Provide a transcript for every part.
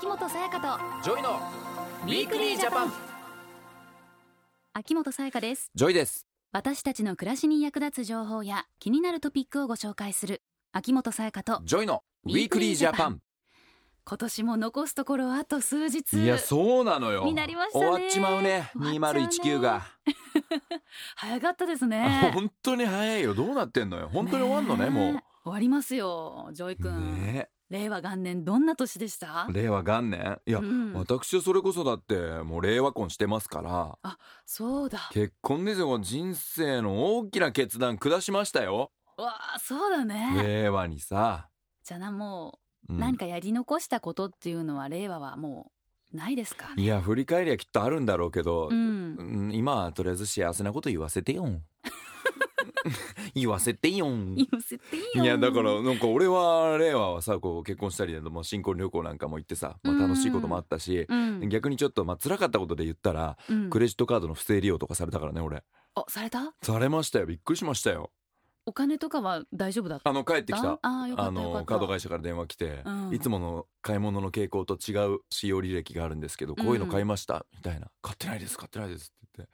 秋元才加とジョイのウィークリージャパン。 秋元才加です。 ジョイです。 私たちの暮らしに役立つ情報や気になるトピックをご紹介する秋元才加とジョイのウィークリージャパン。 今年も残すところあと数日いやそうなのよ、 になりましたね。 終わっちまうね、2019が早かったですね。 本当に早いよ。どうなってんのよ。本当に終わんのね。もう終わりますよ。ジョイ君、 ね、 令和元年どんな年でした？ 令和元年、いや、私はそれこそだってもう令和婚してますから。 あ、そうだ、 結婚ですよ。人生の大きな決断下しましたよ。 わあ、そうだね。 令和にさ、 じゃあな、もう、何かやり残したことっていうのは令和はもうないですかね。 いや、振り返りはきっとあるんだろうけど、今はとりあえず幸せなこと言わせてよ言わせてよ。 言わせてよ。 いやだからなんか俺は令和はさ、こう結婚したりでも新婚旅行なんかも行ってさ、楽しいこともあったし、逆にちょっと辛かったことで言ったら、クレジットカードの不正利用とかされたからね俺。 あ、された？ されましたよ。びっくりしましたよ。 お金とかは大丈夫だった？ 帰ってきた。 よかったよかった。 カード会社から電話来て、いつもの買い物の傾向と違う使用履歴があるんですけど、こういうの買いましたみたいな。買ってないですって言って、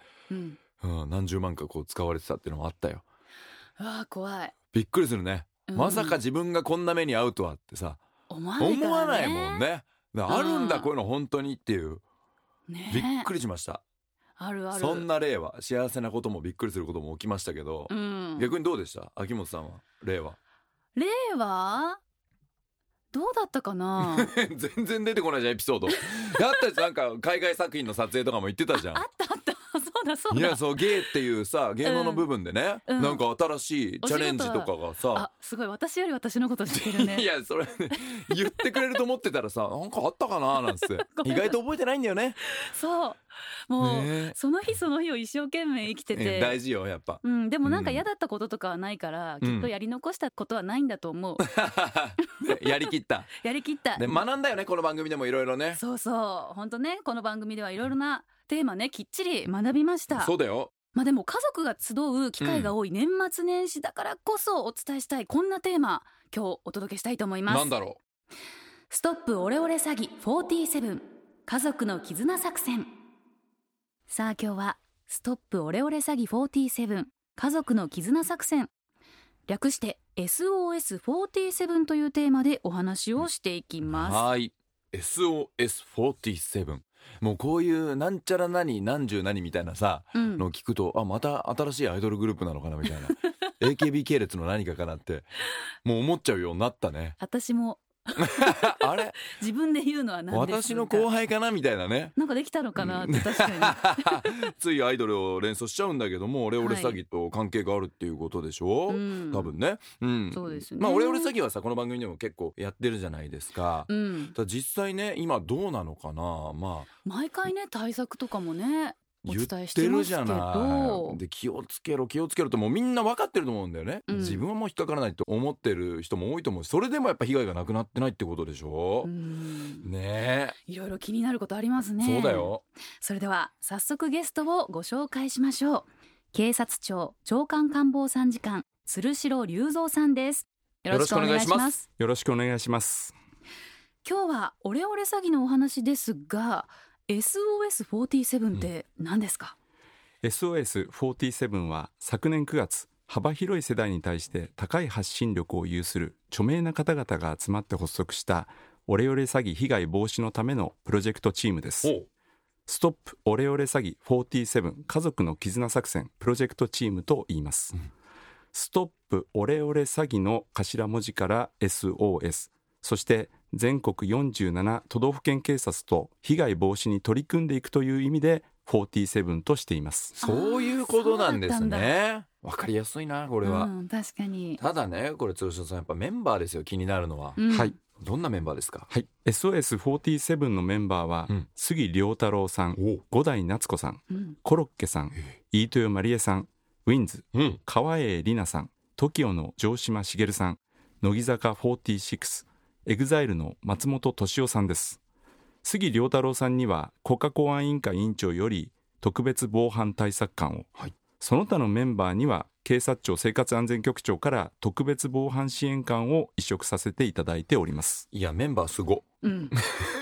何十万かこう使われてたっていうのもあったよ。 あ、怖い。 びっくりするね、まさか自分がこんな目に遭うとはってさ、思わないもんね。あるんだこういうの本当にっていう、 ね、 びっくりしました。 あるある。 そんな令和、幸せなこともびっくりすることも起きましたけど、逆にどうでした秋元さんは？令和どうだったかな全然出てこないじゃんエピソード。だったやつなんか海外作品の撮影とかも言ってたじゃん。 あったそうだ。 いや、そう、芸っていうさ、芸能の部分でね、なんか新しいチャレンジとかがさ、 あ、すごい、私より私のこと知ってるね。 いや、それ、ね、言ってくれると思ってたらさ、なんかあったかななんつって意外と覚えてないんだよね。 そう、もう、その日その日を一生懸命生きてて、 大事よやっぱ。 でもなんか嫌だったこととかはないから、きっとやり残したことはないんだと思う。 やりきったで学んだよね、この番組でもいろいろね。 そうそう、本当ね、この番組ではいろいろなテーマね、きっちり学びました。 そうだよ。 でも家族が集う機会が多い年末年始だからこそお伝えしたいこんなテーマ、今日お届けしたいと思います。 なんだろう。 ストップオレオレ詐欺47、家族の絆作戦。さあ今日はストップオレオレ詐欺47、家族の絆作戦、略して SOS47 というテーマでお話をしていきます。 はい、 SOS47、もうこういうなんちゃら何何十何みたいなさ、のを聞くと、あ、また新しいアイドルグループなのかなみたいなAKB 系列の何かかなってもう思っちゃうようになったね。 私もあれ自分で言うのは何ですか、 私の後輩かなみたいなね、 なんかできたのかなって、確かについアイドルを連想しちゃうんだけども、オレオレ詐欺と関係があるっていうことでしょ、多分ね。 そうですね。 オレオレ詐欺はさ、この番組でも結構やってるじゃないですか。ただ実際ね、今どうなのかな。 毎回ね、対策とかもねお言伝えしっててるますけど、 じゃない。で、気をつけろともうみんな分かってると思うんだよね、自分はもう引っかからないと思ってる人も多いと思うし、それでもやっぱ被害がなくなってないってことでしょ。ねえ、 いろいろ気になることありますね。 そうだよ。 それでは早速ゲストをご紹介しましょう。警察庁長官官房参事官、鶴代隆三さんです。よろしくお願いします。 よろしくお願いします。 今日はオレオレ詐欺のお話ですが、SOS47 って何ですか ？SOS47 は昨年9月、幅広い世代に対して高い発信力を有する著名な方々が集まって発足したオレオレ詐欺被害防止のためのプロジェクトチームです。ストップオレオレ詐欺47、家族の絆作戦プロジェクトチームと言います。ストップオレオレ詐欺の頭文字から SOS、 そして全国47都道府県警察と被害防止に取り組んでいくという意味で47としています。 そういうことなんですね。わかりやすいなこれは、 確かに。 ただね、これ鶴代さん、やっぱメンバーですよ、気になるのは。 はい、 どんなメンバーですか？ はい、SOS47 のメンバーは、杉良太郎さん、五代夏子さん、コロッケさん、飯豊まりえさん、ウィンズ、川栄里奈さん、TOKIO の城島茂さん、乃木坂46、EXILE の松本敏夫さんです。杉良太郎さんには国家公安委員会委員長より特別防犯対策官を、その他のメンバーには警察庁生活安全局長から特別防犯支援官を委嘱させていただいております。 いや、メンバーすご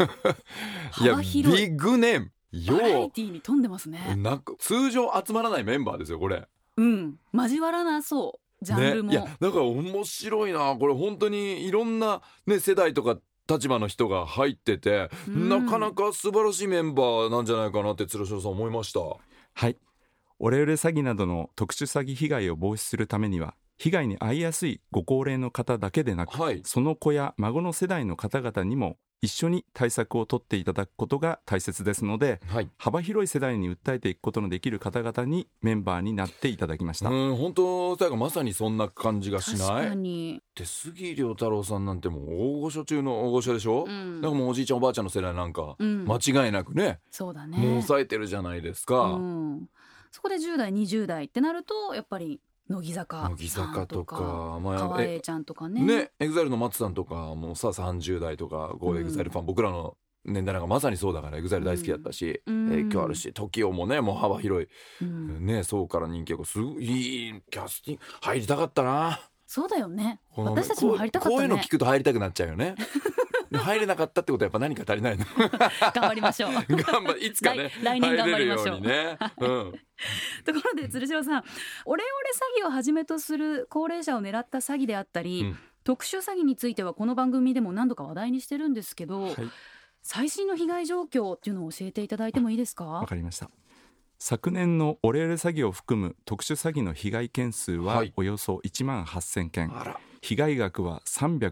いや幅広いビッグネームバラエティに富んでますね。 なんか通常集まらないメンバーですよこれ。 交わらなそうジャンルも、 ね、いやだから面白いなこれ。本当にいろんな、ね、世代とか立場の人が入ってて、なかなか素晴らしいメンバーなんじゃないかなって鶴城さん思いました。 はい、オレオレ詐欺などの特殊詐欺被害を防止するためには、被害に遭いやすいご高齢の方だけでなく、その子や孫の世代の方々にも一緒に対策を取っていただくことが大切ですので、幅広い世代に訴えていくことのできる方々にメンバーになっていただきました。 本当だからまさにそんな感じがしない？ 確かに。 で杉良太郎さんなんてもう大御所中の大御所でしょ、だからもうおじいちゃんおばあちゃんの世代なんか、間違いなくね、 そうだね、 もう抑えてるじゃないですか、 そこで10代20代ってなるとやっぱり乃木坂とか、川栄ちゃんとかね、 EXILE の松さんとかもうさ30代とかEXILE ファン、僕らの年代なんかまさにそうだから EXILE 大好きだったし、影響あるし、TOKIO もねもう幅広い、層から人気がすごいいいキャスティング入りたかったな。 そうだよね、私たちも入りたかったね。 こういうの聞くと入りたくなっちゃうよね入れなかったってことはやっぱ何か足りないの頑張りましょういつかね来年頑張りましょう、 入れるようにね、 ところで鶴城さん、オレオレ詐欺をはじめとする高齢者を狙った詐欺であったり、特殊詐欺についてはこの番組でも何度か話題にしてるんですけど、最新の被害状況っていうのを教えていただいてもいいですか？ わかりました。昨年のオレオレ詐欺を含む特殊詐欺の被害件数はおよそ1万8000件、被害額は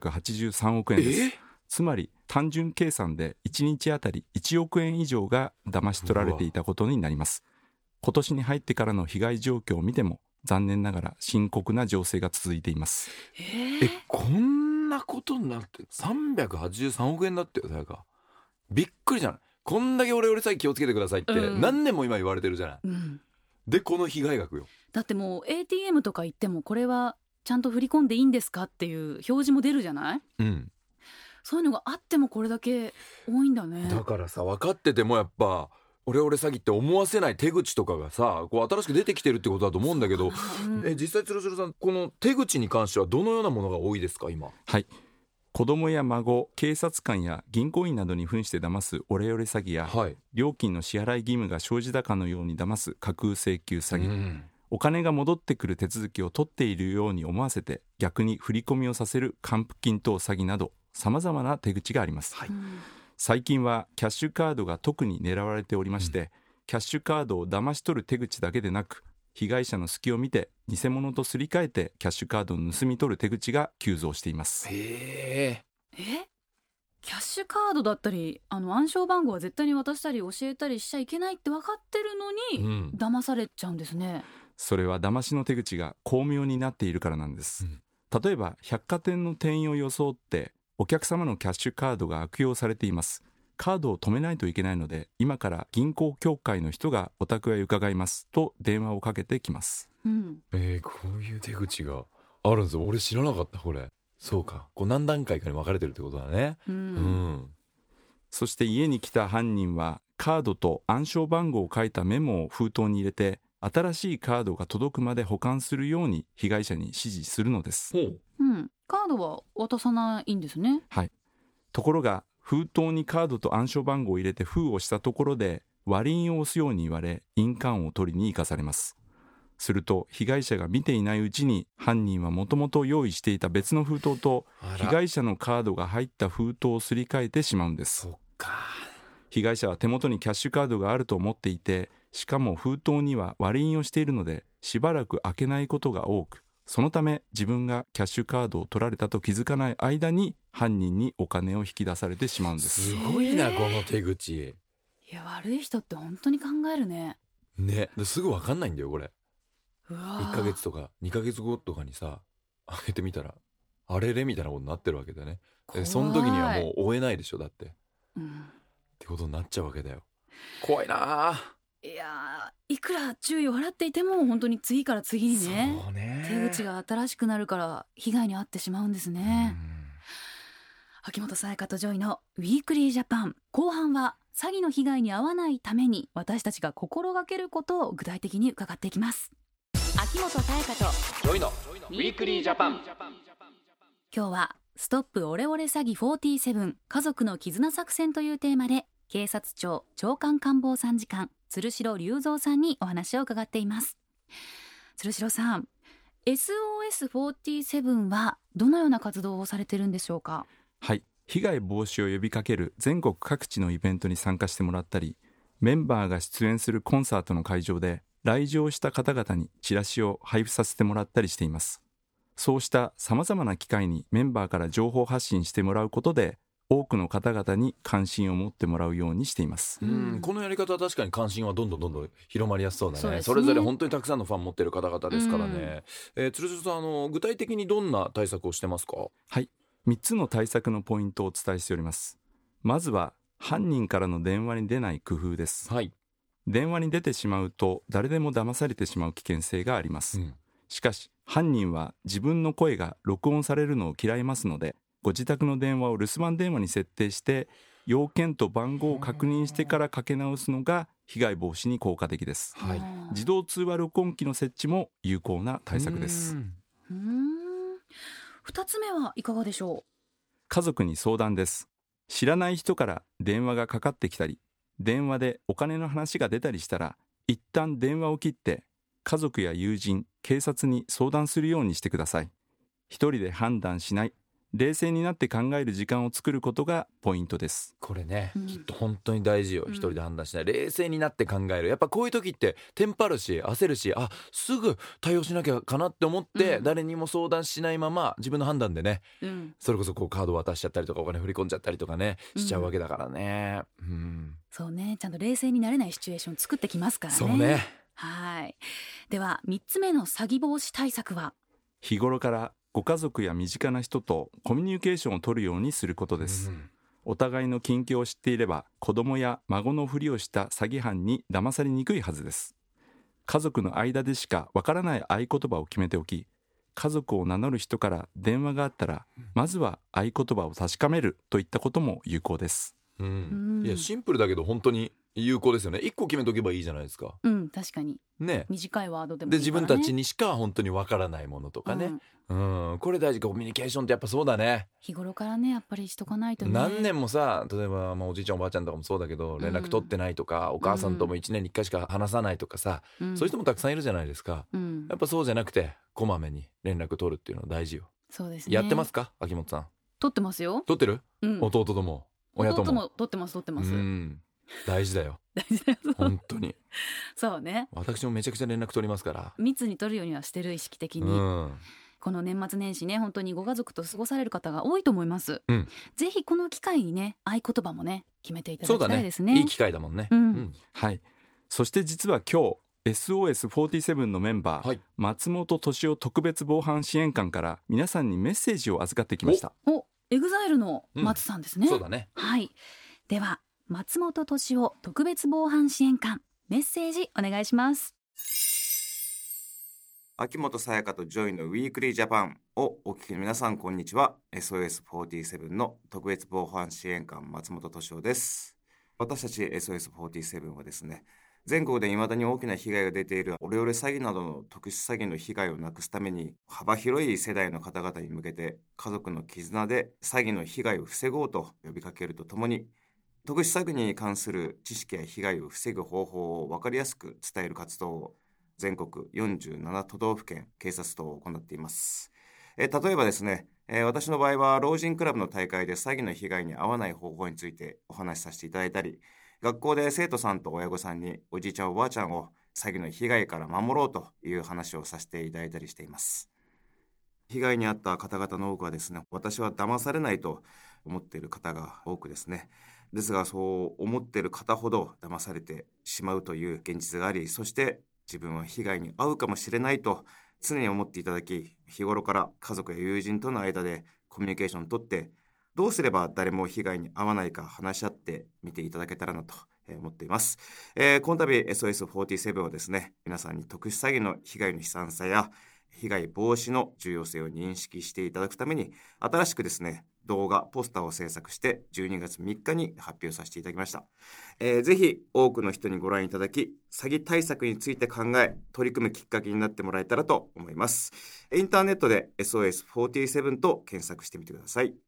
383億円です。つまり単純計算で1日あたり1億円以上が騙し取られていたことになります。今年に入ってからの被害状況を見ても残念ながら深刻な情勢が続いています。 こんなことになって383億円だってよ。だからびっくりじゃない。こんだけオレオレ詐欺気をつけてくださいって何年も今言われてるじゃない、でこの被害額よ。だってもう ATM とか行ってもこれはちゃんと振り込んでいいんですかっていう表示も出るじゃない、そういうのがあってもこれだけ多いんだね。 だからさ、分かっててもやっぱオレオレ詐欺って思わせない手口とかがさ、こう新しく出てきてるってことだと思うんだけど、実際鶴城さん、この手口に関してはどのようなものが多いですか今？ はい、子供や孫、警察官や銀行員などに扮して騙すオレオレ詐欺や、料金の支払い義務が生じたかのように騙す架空請求詐欺、お金が戻ってくる手続きを取っているように思わせて逆に振り込みをさせる還付金等詐欺など様々な手口があります、最近はキャッシュカードが特に狙われておりまして、キャッシュカードを騙し取る手口だけでなく、被害者の隙を見て偽物とすり替えてキャッシュカードを盗み取る手口が急増しています。 キャッシュカードだったり暗証番号は絶対に渡したり教えたりしちゃいけないって分かってるのに、騙されちゃうんですね。 それは騙しの手口が巧妙になっているからなんです、例えば百貨店の店員を装ってお客様のキャッシュカードが悪用されています。カードを止めないといけないので今から銀行協会の人がお宅へ伺いますと電話をかけてきます、 こういう手口があるんですよ。俺知らなかった。これそうか、こう何段階かに分かれてるってことだね、 そして家に来た犯人はカードと暗証番号を書いたメモを封筒に入れて新しいカードが届くまで保管するように被害者に指示するのです、 カードは渡さないんですね。 はい。ところが封筒にカードと暗証番号を入れて封をしたところで割り印を押すように言われ印鑑を取りに行かされます。すると被害者が見ていないうちに犯人はもともと用意していた別の封筒と被害者のカードが入った封筒をすり替えてしまうんです。被害者は手元にキャッシュカードがあると思っていて、しかも封筒には割り印をしているのでしばらく開けないことが多く、そのため自分がキャッシュカードを取られたと気づかない間に犯人にお金を引き出されてしまうんです。 すごいなこの手口。 いや悪い人って本当に考えるね。 すぐ分かんないんだよこれ。 うわ 1ヶ月とか2ヶ月後とかにさ開けてみたらあれれみたいなことになってるわけだね。その時にはもう追えないでしょだって、ってことになっちゃうわけだよ。怖いな。 いやいくら注意を払っていても本当に次から次にね手口が新しくなるから被害に遭ってしまうんですね。秋元才加とジョイのウィークリージャパン、後半は詐欺の被害に遭わないために私たちが心がけることを具体的に伺っていきます。秋元才加とジョイのウィークリージャパン。 今日はストップオレオレ詐欺47家族の絆作戦というテーマで警察庁長官官房参事官鶴城隆三さんにお話を伺っています。鶴城さん、 SOS47 はどのような活動をされているんでしょうか？ はい、被害防止を呼びかける全国各地のイベントに参加してもらったり、メンバーが出演するコンサートの会場で来場した方々にチラシを配布させてもらったりしています。そうしたさまざまな機会にメンバーから情報発信してもらうことで、多くの方々に関心を持ってもらうようにしています。 このやり方は確かに関心はどんどん広まりやすそうだね。 そうですね。 それぞれ本当にたくさんのファン持ってる方々ですからね。鶴城さん、具体的にどんな対策をしてますか？ はい、3つの対策のポイントをお伝えしております。まずは犯人からの電話に出ない工夫です。 はい。 電話に出てしまうと誰でも騙されてしまう危険性があります。しかし犯人は自分の声が録音されるのを嫌いますので、ご自宅の電話を留守番電話に設定して要件と番号を確認してからかけ直すのが被害防止に効果的です。 はい。 自動通話録音機の設置も有効な対策です。 2つ目はいかがでしょう？ 家族に相談です。知らない人から電話がかかってきたり、電話でお金の話が出たりしたら、一旦電話を切って家族や友人、警察に相談するようにしてください。一人で判断しない、冷静になって考える時間を作ることがポイントです。 これね、きっと本当に大事よ。一人で判断しない、冷静になって考える。やっぱこういう時ってテンパるし焦るし、すぐ対応しなきゃかなって思って、誰にも相談しないまま自分の判断でね、それこそこうカード渡しちゃったりとかお金振り込んじゃったりとかね、しちゃうわけだからね。 そうね、ちゃんと冷静になれないシチュエーション作ってきますからね。 そうね。 はい。では3つ目の詐欺防止対策は？ 日頃からご家族や身近な人とコミュニケーションを取るようにすることです。お互いの近況を知っていれば、子供や孫のふりをした詐欺犯に騙されにくいはずです。家族の間でしかわからない合言葉を決めておき、家族を名乗る人から電話があったら、まずは合言葉を確かめるといったことも有効です。 いや、シンプルだけど本当に有効ですよね。1個決めとけばいいじゃないですか。 確かにね、 短いワードでもいいからね。 で自分たちにしか本当にわからないものとかね、これ大事か。コミュニケーションってやっぱそうだね。 日頃からね、やっぱりしとかないとね。 何年もさ、例えば、おじいちゃんおばあちゃんとかもそうだけど、連絡取ってないとか、お母さんとも1年に1回しか話さないとかさ、そういう人もたくさんいるじゃないですか。やっぱそうじゃなくてこまめに連絡取るっていうのは大事よ。 そうですね。 やってますか、秋元さん？ 取ってますよ。 取ってる？弟とも親とも。 弟も取ってます。 大事だよ。 大事だよ。 本当に。 そうね。 私もめちゃくちゃ連絡取りますから。 密に取るようにはしてる、意識的に。この年末年始ね、本当にご家族と過ごされる方が多いと思います。ぜひこの機会にね、合言葉もね、決めていただきたいですね。 いい機会だもんね。 はい。そして実は今日、SOS47 のメンバー、松本敏夫特別防犯支援官から皆さんにメッセージを預かってきました。 EXILE の松さんですね。 そうだね。 はい。では松本敏夫特別防犯支援官、メッセージお願いします。 秋元さやかとジョイのウィークリージャパンをお聞きの皆さん、こんにちは。 SOS47 の特別防犯支援官松本敏夫です。私たち SOS47 はですね、全国で未だに大きな被害が出ているオレオレ詐欺などの特殊詐欺の被害をなくすために、幅広い世代の方々に向けて家族の絆で詐欺の被害を防ごうと呼びかけるとともに、特殊詐欺に関する知識や被害を防ぐ方法を分かりやすく伝える活動を全国47都道府県警察と行っています。例えばですね、私の場合は老人クラブの大会で詐欺の被害に遭わない方法についてお話しさせていただいたり、学校で生徒さんと親御さんにおじいちゃんおばあちゃんを詐欺の被害から守ろうという話をさせていただいたりしています。被害に遭った方々の多くはですね、私は騙されないと思っている方が多くですね、ですがそう思っている方ほど騙されてしまうという現実があり、そして自分は被害に遭うかもしれないと常に思っていただき、日頃から家族や友人との間でコミュニケーションをとって、どうすれば誰も被害に遭わないか話し合ってみていただけたらなと思っています。この度 SOS47 はですね、皆さんに特殊詐欺の被害の悲惨さや被害防止の重要性を認識していただくために、新しくですね、 動画ポスターを制作して12月3日に発表させていただきました。ぜひ多くの人にご覧いただき、詐欺対策について考え取り組むきっかけになってもらえたらと思います。インターネットで SOS47 と検索してみてください。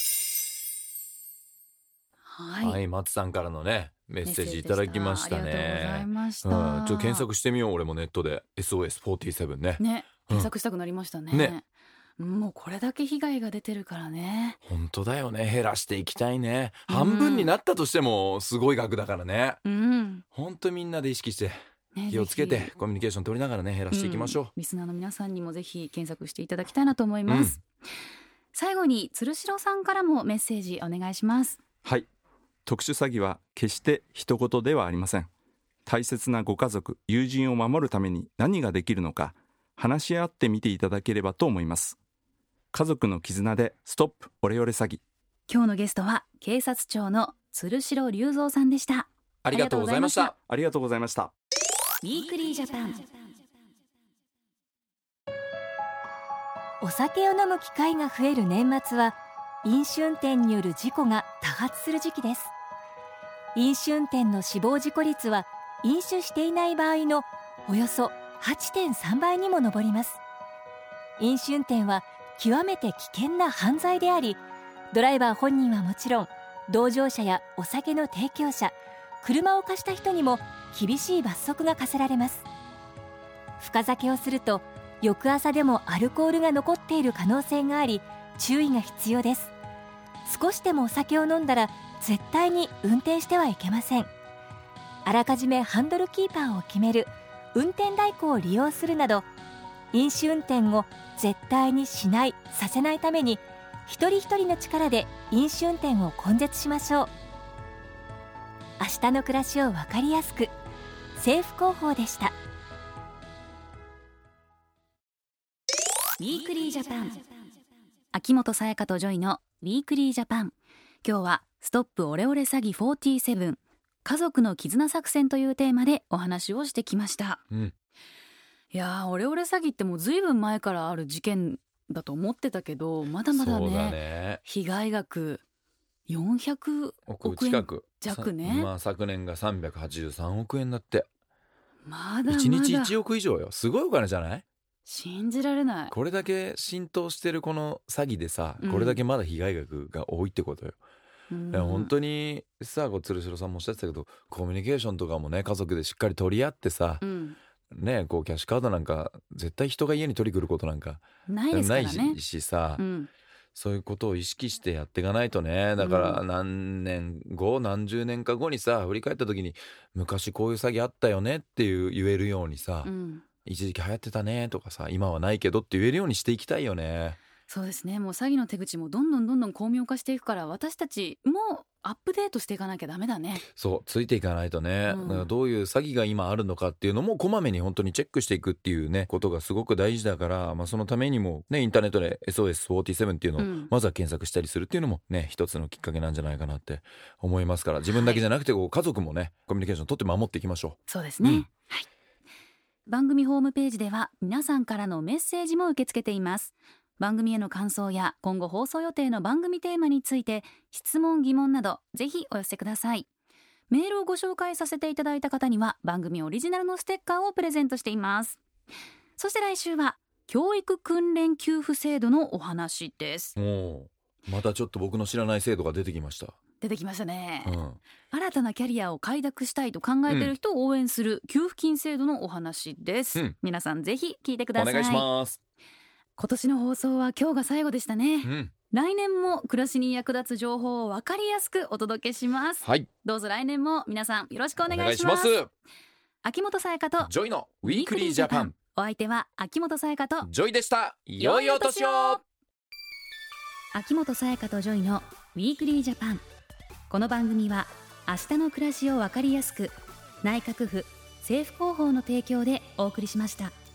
はい、松さんからのねメッセージいただきましたね。 ありがとうございました。 ちょっと検索してみよう。俺もネットで SOS47 ね。 検索したくなりましたね。もうこれだけ被害が出てるからね。 本当だよね。減らしていきたいね。半分になったとしてもすごい額だからね。本当みんなで意識して気をつけてコミュニケーション取りながらね減らしていきましょう。 リスナーの皆さんにもぜひ検索していただきたいなと思います。最後に鶴代さんからもメッセージお願いします。 はい、特殊詐欺は決して一言ではありません。大切なご家族、友人を守るために何ができるのか話し合ってみていただければと思います。家族の絆でストップオレオレ詐欺。 今日のゲストは警察庁の鶴代隆三さんでした。 ありがとうございました。 ありがとうございました。 ウィークリージャパン。 お酒を飲む機会が増える年末は飲酒運転による事故が多発する時期です。飲酒運転の死亡事故率は飲酒していない場合のおよそ 8.3 倍にも上ります。飲酒運転は極めて危険な犯罪であり、ドライバー本人はもちろん同乗者やお酒の提供者、車を貸した人にも厳しい罰則が課せられます。深酒をすると翌朝でもアルコールが残っている可能性があり、注意が必要です。少しでもお酒を飲んだら絶対に運転してはいけません。あらかじめハンドルキーパーを決める、運転代行を利用するなど、飲酒運転を絶対にしない、させないために一人一人の力で飲酒運転を根絶しましょう。明日の暮らしを分かりやすく、政府広報でした。 ウィークリージャパン。秋元才加とジョイのウィークリージャパン。今日はストップオレオレ詐欺47、家族の絆作戦というテーマでお話をしてきました。いやー、オレオレ詐欺ってもうずいぶん前からある事件だと思ってたけど、まだまだ ね被害額400億円弱ね。 昨年が383億円だって。 まだまだ 1日1億以上よ。すごいお金じゃない？ 信じられない。 これだけ浸透してるこの詐欺でさ、これだけまだ被害額が多いってことよ。本当にさ、鶴代さんもおっしゃってたけど、コミュニケーションとかもね、家族でしっかり取り合ってさ、ね、こうキャッシュカードなんか絶対人が家に取り来ることなんかないですからね。 ないしさ、そういうことを意識してやっていかないとね。だから何年後、何十年か後にさ、振り返った時に昔こういう詐欺あったよねっていう言えるようにさ、一時期流行ってたねとかさ、今はないけどって言えるようにしていきたいよね。 そうですね。もう詐欺の手口もどんどん巧妙化していくから、私たちもアップデートしていかなきゃダメだね。 そう、ついていかないとね、だからどういう詐欺が今あるのかっていうのもこまめに本当にチェックしていくっていうねことがすごく大事だから、そのためにもね、インターネットで SOS47 っていうのをまずは検索したりするっていうのもね、一つのきっかけなんじゃないかなって思いますから、自分だけじゃなくて家族もね、コミュニケーション取って守っていきましょう。 そうですね、はい。番組ホームページでは皆さんからのメッセージも受け付けています。番組への感想や今後放送予定の番組テーマについて質問疑問などぜひお寄せください。メールをご紹介させていただいた方には番組オリジナルのステッカーをプレゼントしています。そして来週は教育訓練給付制度のお話です。 またちょっと僕の知らない制度が出てきました。 出てきましたね、新たなキャリアを開拓したいと考えている人を応援する給付金制度のお話です、皆さんぜひ聞いてください。 お願いします。 今年の放送は今日が最後でしたね、来年も暮らしに役立つ情報を分かりやすくお届けします、どうぞ来年も皆さんよろしくお願いします。秋元才加とジョイのウィークリージャパン。 お相手は秋元才加とジョイでした。良いお年を。 秋元才加とジョイのウィークリージャパン。この番組は明日の暮らしを分かりやすく、内閣府政府広報の提供でお送りしました。